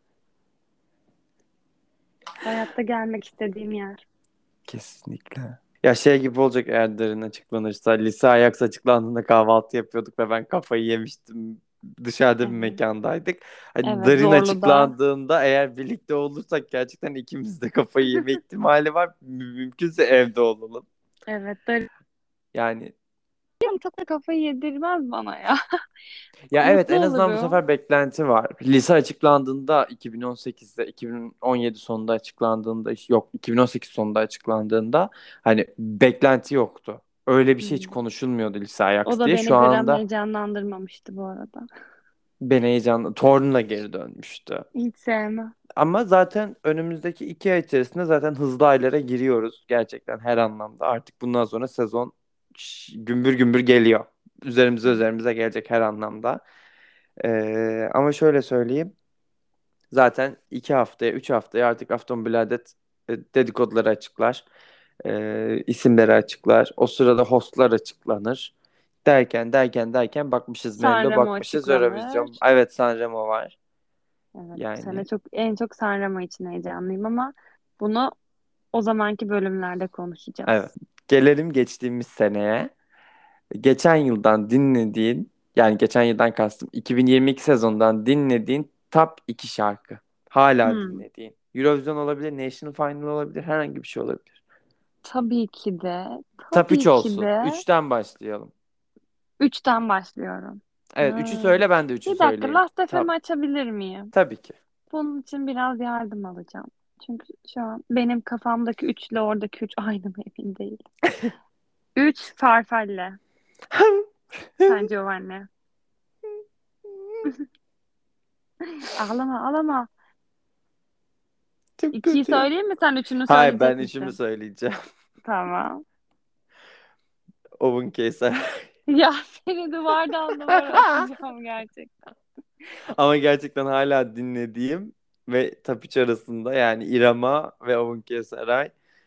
Hayatta gelmek istediğim yer. Kesinlikle. Ya şey gibi olacak eğer Darin açıklanırsa. Lise Ajax açıklandığında kahvaltı yapıyorduk ve ben kafayı yemiştim. Dışarıda bir Evet. mekandaydık. Hani Evet Darin Zorlu'da. açıklandığında eğer birlikte olursak gerçekten ikimiz de kafayı yeme ihtimali var. Mü- Mümkünse evde olalım. Evet. Darıyorum Yani çok da kafayı yedirmez bana ya. ya evet, Mutlu en azından bu olurum. sefer beklenti var. Lise açıklandığında iki bin on sekizde, iki bin on yedi sonunda açıklandığında, yok iki bin on sekiz sonunda açıklandığında hani beklenti yoktu. Öyle bir şey hiç Hmm. konuşulmuyordu Lise O Ajax da diye. Şu beni gram anda heyecanlandırmamıştı bu arada. ben heyecanlı. Torun'la geri dönmüştü. Hiç sevmem. Ama zaten önümüzdeki iki ay içerisinde zaten hızlı aylara giriyoruz. Gerçekten her anlamda. Artık bundan sonra sezon ş- gümbür gümbür geliyor. Üzerimize Evet. üzerimize gelecek her anlamda. Ee, ama şöyle söyleyeyim. Zaten iki haftaya, üç haftaya artık Afton Bladet e, dedikoduları açıklar. E, isimleri açıklar. O sırada hostlar açıklanır. Derken derken derken bakmışız Mello, Sanremo bakmışız Eurovision. açıklanır. Evet, Sanremo var. Evet bu Yani sene çok en çok Sanremo için heyecanlıyım ama bunu o zamanki bölümlerde evet. konuşacağız. Gelelim geçtiğimiz seneye. Geçen yıldan dinlediğin, yani geçen yıldan kastım iki bin yirmi iki sezondan dinlediğin top iki şarkı. Hala Hmm, dinlediğin. Eurovision olabilir, National Final olabilir, herhangi bir şey olabilir. tabii ki de, Top üç tabii ki olsun. de Üçten başlayalım. üçten başlıyorum. Evet, üçü Hmm. söyle, ben de üçü Bir dakika söyleyeyim. Last F M'i Tabii. açabilir miyim? Tabii ki. Bunun için biraz yardım alacağım. Çünkü şu an benim kafamdaki üçle oradaki üç aynı mı emin değil. Üç Farfalle. San Giovanni. Ağlama ağlama. Çok İkiyi kötü. söyleyeyim mi? Sen üçünü Hayır, ben söyleyecek üçümü misin? söyleyeceğim. Tamam. Ovun Kayser. Ya seni duvardan duvara atacağım gerçekten. Ama gerçekten hala dinlediğim ve top üç arasında yani İrama ve Ovun Kayseray.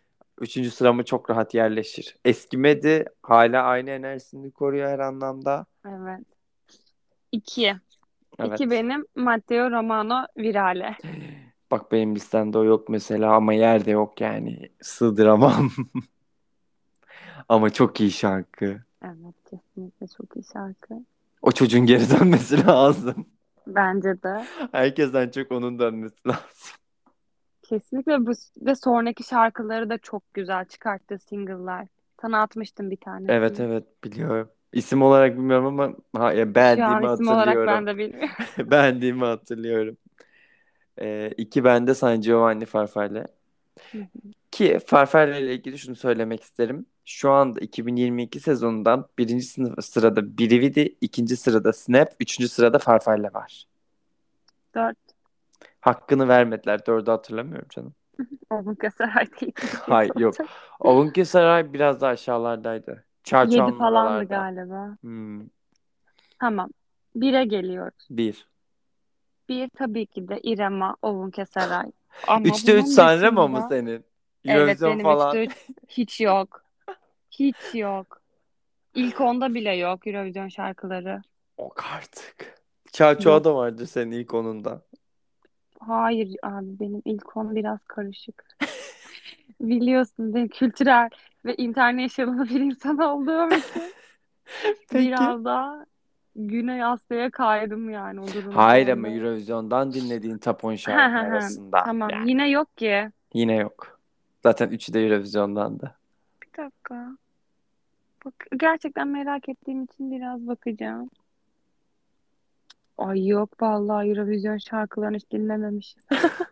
Üçüncü sırama çok rahat yerleşir. Eskimedi. Hala aynı enerjisini koruyor her anlamda. Evet. İki. İki Evet. benim Matteo Romano Virale. Bak benim listemde o yok mesela ama yerde yok yani. Sığdıramam. Ama çok iyi şarkı. Evet, kesinlikle çok iyi şarkı. O çocuğun geri dönmesi lazım. Bence de. Herkesten çok onun dönmesi lazım. Kesinlikle bu ve sonraki şarkıları da çok güzel çıkarttı single'lar. Sana atmıştım bir Evet tanesini. evet biliyorum. İsim olarak bilmiyorum ama ha, ya Şu an beğendiğimi isim olarak ben hatırlıyorum. de bilmiyorum. Beğendiğimi hatırlıyorum. Ee, iki bende San Giovanni Farfalla. Hı hı. Ki Farfalla ile ilgili şunu söylemek isterim. Şu anda iki bin yirmi iki sezonundan birinci sınıf sırada Brividi, ikinci sırada Snap, üçüncü sırada Farfalla var. Dört. Hakkını vermediler. Dördü hatırlamıyorum canım. Onun Galatasaray değil bir şey Hayır yok. soracak. Ovunki Saray biraz daha aşağılardaydı. Yedi Çarçoğan'ın falandı oralarda. galiba. Hmm, Tamam. Bire geliyoruz. bir. Bir tabii ki de İrema Ovunkesaray. Ama Üçte üç bunun Sanremo mu dışında senin? evet Eurovision benim falan. üçte üç hiç yok. Hiç yok. İlk onda bile yok Eurovision şarkıları. Ok artık. Çarçoğa Yok. da vardır senin ilk onunda. Hayır abi benim ilk on biraz karışık. Biliyorsun değil mi? Kültürel ve international bir insan olduğum için Peki. biraz daha Güney Asya'ya kaydım yani o Hayır ama durumlarda. Eurovision'dan dinlediğin top on Ha şarkı ha ha. arasında Tamam. yani. Yine yok ki. Yine yok. Zaten üçü de Eurovision'dandı. Bir dakika. Bak gerçekten merak ettiğim için biraz bakacağım. Ay yok vallahi Eurovision şarkılarını hiç dinlememişim.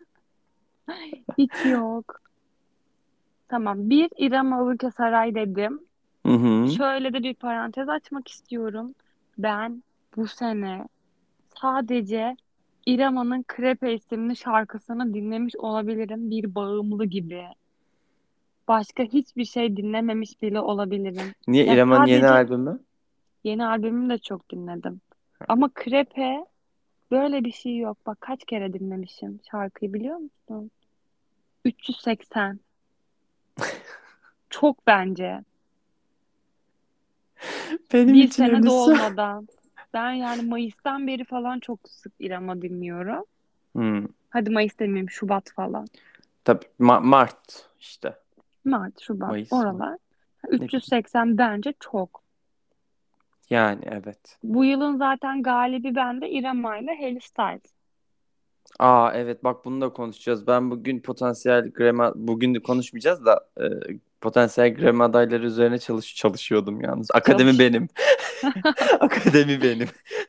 Hiç yok. Tamam. Bir İrem Alıksaray dedim. Hı hı. Şöyle de bir parantez açmak istiyorum. Ben bu sene sadece İrema'nın Krepe isimli şarkısını dinlemiş olabilirim. Bir bağımlı gibi. Başka hiçbir şey dinlememiş bile olabilirim. Niye Ya İrem'in yeni sadece albümü? yeni albümünü de çok dinledim. Ama Krepe böyle bir şey yok. Bak kaç kere dinlemişim şarkıyı biliyor musun? üç yüz seksen. Çok bence. Benim Bir için sene ölüsü. dolmadan. Ben yani Mayıs'tan beri falan çok sık İrem'a dinliyorum. Hmm. Hadi Mayıs demeyeyim Şubat falan. Tabii Ma- Mart işte. Mart, Şubat Mayıs mı? oralar. Ne bileyim. üç yüz seksen bence çok. Yani evet. Bu yılın zaten galibi bende İrema ile Harry Styles. Aa evet bak bunu da konuşacağız. Ben bugün potansiyel Grammy bugün de konuşmayacağız da e, potansiyel Grammy adayları üzerine çalış çalışıyordum yalnız. Akademi Çalış. benim. Akademi benim.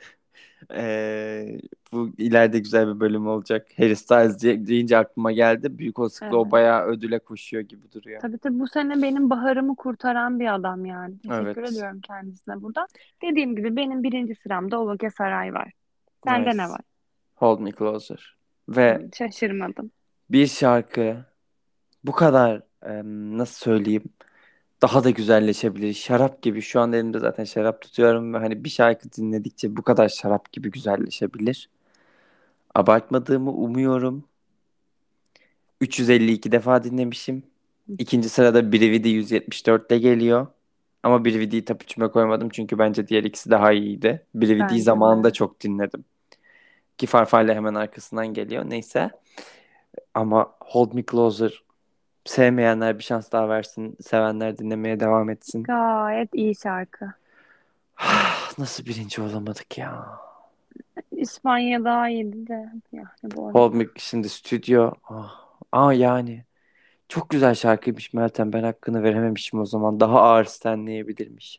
E, bu ileride güzel bir bölüm olacak. Harry Styles diye- deyince aklıma geldi. Büyük olasılıkla o Evet. bayağı ödüle koşuyor gibi duruyor. Tabii tabii bu sene benim baharımı kurtaran bir adam yani. Teşekkür Evet. ediyorum kendisine burada. Dediğim gibi benim birinci sıramda Oloke Saray var. Sende ne Nice. var? Hold Me Closer. Ve Hmm, şaşırmadım. bir şarkı bu kadar em, nasıl söyleyeyim daha da güzelleşebilir. Şarap gibi şu an elimde zaten şarap tutuyorum ve hani bir şarkı dinledikçe bu kadar şarap gibi güzelleşebilir. Abartmadığımı umuyorum. üç yüz elli iki defa dinlemişim. İkinci sırada Brividi yüz yetmiş dörtte geliyor. Ama Brividi'yi top üçüme koymadım çünkü bence diğer ikisi daha iyiydi. Brividi'yi Bence zamanında de. çok dinledim. Ki Farfalla hemen arkasından geliyor. Neyse. Ama Hold Me Closer sevmeyenler bir şans daha versin. Sevenler dinlemeye devam etsin. Gayet iyi şarkı. Nasıl birinci olamadık ya? İspanya daha iyiydi de yani bu Hold arada. Me şimdi stüdyo. Ah, Aa, yani çok güzel şarkıymış Meltem. Ben hakkını verememişim o zaman. Daha ağır stenleyebilirmiş.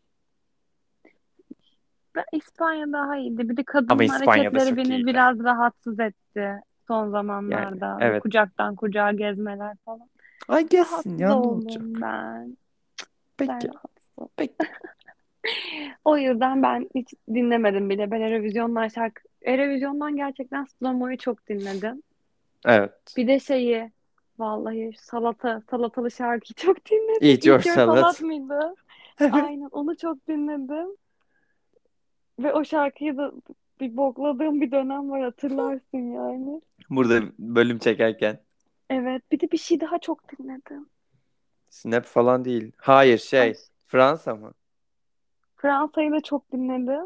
Ben İspanya daha iyiydi. Bir de Ama kadının İspanya'da hareketleri çok beni iyiydi. biraz rahatsız etti son Yani zamanlarda. Bu evet. kucaktan kucağa gezmeler falan. Ay gezsin Rahatsız ya ne oldum olacak? ben. Ben Peki. rahatsız oldum. Peki. O yüzden ben hiç dinlemedim bile. Ben Eurovision'dan şarkı... Eurovision'dan gerçekten Slomo'yu çok dinledim. Evet. Bir de şeyi vallahi salata, salatalı şarkıyı çok dinledim. Eat your Eat Your salad. Salad mıydı? Aynen onu çok dinledim. Ve o şarkıyı da bir bokladığım bir dönem var hatırlarsın yani. Burada bölüm çekerken. Evet bir de bir şey daha çok dinledim. Snap falan değil. Hayır Ay, şey. Fransa mı? Fransa'yı da çok dinledim.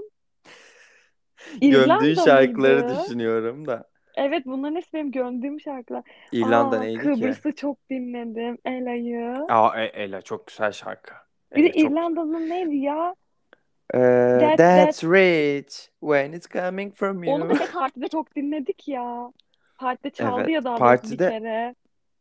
Gömdüğün İrlanda şarkıları mıydı? düşünüyorum da. Evet, bunların hepsi benim gördüğüm şarkılar. İrlanda Aa, neydi ki? Kıbrıs'ı çok dinledim. Ela'yı. Aa, E- Ela çok güzel şarkı. Bir de Ela çok güzel. İrlanda'nın neydi ya? Ee, That That. that's rich when it's coming from Onu you. mesela partide çok dinledik ya. Partide çaldı Evet. ya, daha doğrusu bir Partide kere.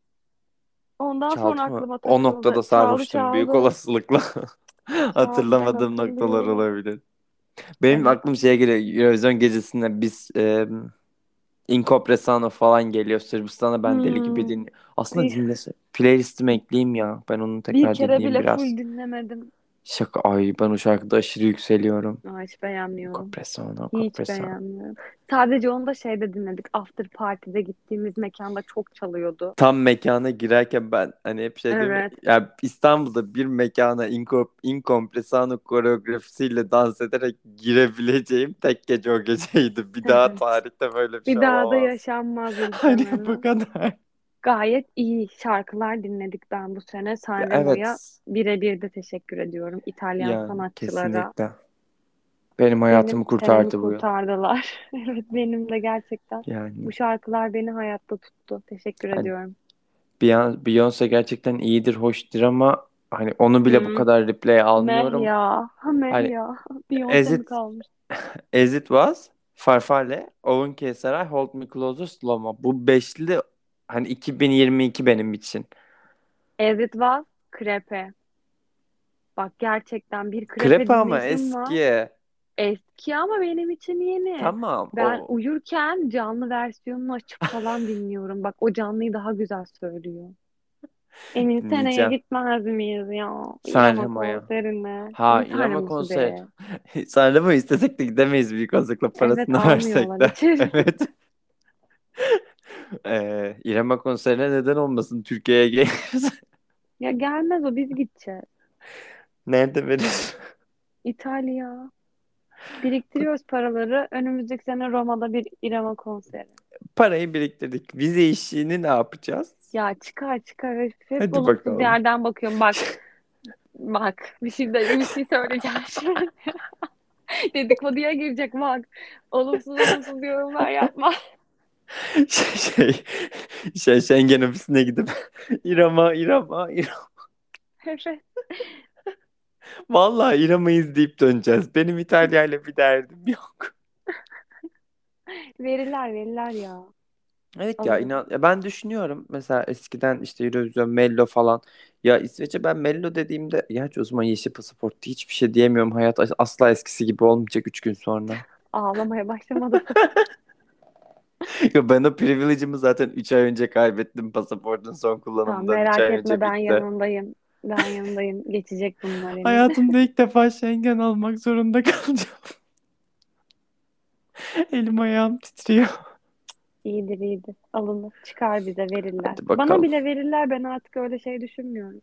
Ondan sonra çaldı mı? aklıma O takıldı. noktada Çaldı sarhoştum. Büyük çaldı. olasılıkla Çaldı, ben hatırlamadığım noktalar hatırlıyorum. olabilir. Benim Evet. aklım şeye geliyor. Eurovision gecesinde biz e, Incomprensible falan geliyor. Sırbistan'a ben deli gibi Hmm. dinliyorum. Aslında Bir, dinlese. Playlistime ekleyeyim ya. Ben onu bir tekrar kere dinleyeyim bile biraz. full dinlemedim. Şaka. Ay ben o şarkıda aşırı yükseliyorum. Aa, hiç beğenmiyorum. Incomprensible, Hiç Incomprensible. beğenmiyorum. Sadece onu da şeyde dinledik. After Party'de gittiğimiz mekanda çok çalıyordu. Tam mekana girerken ben hani hep şey değil mi? Evet. Ya İstanbul'da bir mekana Inco, Incompressano koreografisiyle dans ederek girebileceğim tek gece o geceydi. Bir daha Evet. tarihte böyle bir Bir şey daha da olamaz. yaşanmaz Hani bu muhtemelen. kadar. Gayet iyi şarkılar dinledik ben bu sene. Ya Sanremo'ya evet. birebir de teşekkür ediyorum. İtalyan Yani sanatçılara. kesinlikle. Benim Benim hayatımı senemi kurtardı bu yıl. kurtardılar. Evet, benim de gerçekten. Bu Yani şarkılar beni hayatta tuttu. Teşekkür hani ediyorum. Beyon- Beyoncé gerçekten iyidir, hoştur ama hani onu bile bu Hmm, kadar replay meh almıyorum. ya. Ha, meh Hani ya. Beyoncé As mi It, kalmış? As It Was, Farfalle, Owen Keseray, Hold Me Closer, Slow Mo. Bu beşli hani iki bin yirmi iki benim için. As It Was, Crepe. Bak, gerçekten bir Crepe Crepe ama dinleşim var. eski. Eski ama benim için yeni. Tamam Ben o. uyurken canlı versiyonunu açıp falan dinliyorum. Bak, o canlıyı daha güzel söylüyor. Emin, seneye Dinleyeceğim. gitmez miyiz ya? İrema Sanremo'ya. konserine. Ha Ne İrema Sanremo'su konser. be? Sanremo istesek de gidemeyiz büyük olasılıkla Evet, parasını almıyorlar versek de. içeri. Evet. Ee, İrema konserine neden olmasın Türkiye'ye geliriz. Ya gelmez o, biz gideceğiz. Nerede verir? İtalya. Biriktiriyoruz paraları. Önümüzdeki sene Roma'da bir İrema konseri. Parayı biriktirdik. Vize işini ne yapacağız? Ya çıkar çıkar. Hep, hep Hadi olumsuz bakalım. yerden bakıyorum. Bak bak, bir şey de bir şey söyleyeceğim şimdi. Dedikoduya girecek bak. Olumsuz olumsuz yorumlar yapma. Şey, şey, şey Schengen ofisine gidip İrama, İrama, İrama. Evet. Vallahi İrama izleyip döneceğiz. Benim İtalya ile bir derdim yok. Verirler verirler ya. Evet ya Alırız. inan ya ben düşünüyorum mesela eskiden işte Eurovision, Mello falan ya İsveç'e ben Mello dediğimde ya o zaman yeşil pasaportu hiçbir şey diyemiyorum hayat asla eskisi gibi olmayacak üç gün sonra. Ağlamaya başlamadım. Ya ben o privilege'ımı zaten üç ay önce kaybettim pasaportun son Tamam, kullanımından üç merak ay etme, önce ben bitti. yanındayım. Ben yanındayım. Geçecek bunlar, emin. Hayatımda ilk defa Schengen almak zorunda kalacağım. Elim ayağım titriyor. İyidir iyidir. Alınır. Çıkar, bize verirler. Hadi Bana bakalım. bile verirler. Ben artık öyle şey düşünmüyorum.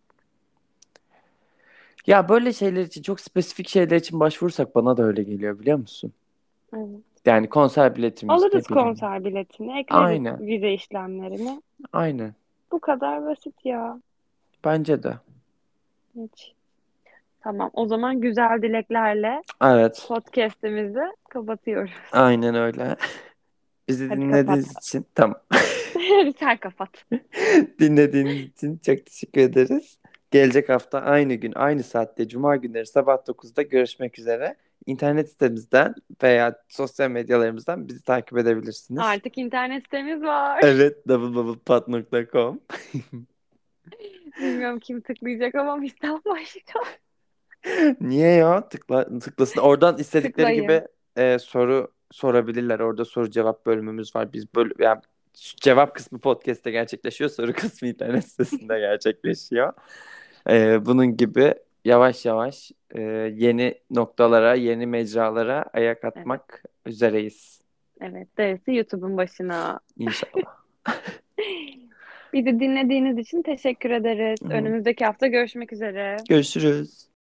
Ya böyle şeyler için çok spesifik şeyler için başvursak bana da öyle geliyor biliyor musun? Evet. Yani konser biletimiz Alırız ne bileyim. konser biletini. Ekleriz Aynen. vize işlemlerini. Aynen. Bu kadar basit ya. Bence de. Hiç. Tamam. O zaman güzel dileklerle Evet. podcast'imizi kapatıyoruz. Aynen öyle. Bizi Hadi kapat. dinlediğiniz için tamam. Sen kapat. Dinlediğiniz için çok teşekkür ederiz. Gelecek hafta aynı gün, aynı saatte Cuma günleri sabah dokuzda görüşmek üzere. İnternet sitemizden veya sosyal medyalarımızdan bizi takip edebilirsiniz. Artık internet sitemiz var. Evet, double bubble pot nokta com. Bilmiyorum kim tıklayacak ama bizden başlayacağım. Niye ya? Tıkla, tıklasın. Oradan istedikleri gibi Tıklayın. e, soru sorabilirler. Orada soru cevap bölümümüz var. Biz böl yani cevap kısmı podcast'te gerçekleşiyor. Soru kısmı internet sitesinde gerçekleşiyor. E, bunun gibi yavaş yavaş e, yeni noktalara, yeni mecralara ayak Evet. atmak üzereyiz. Evet. Darısı YouTube'un başına. İnşallah. Bizi dinlediğiniz için teşekkür ederiz. Hı hı. Önümüzdeki hafta görüşmek üzere. Görüşürüz.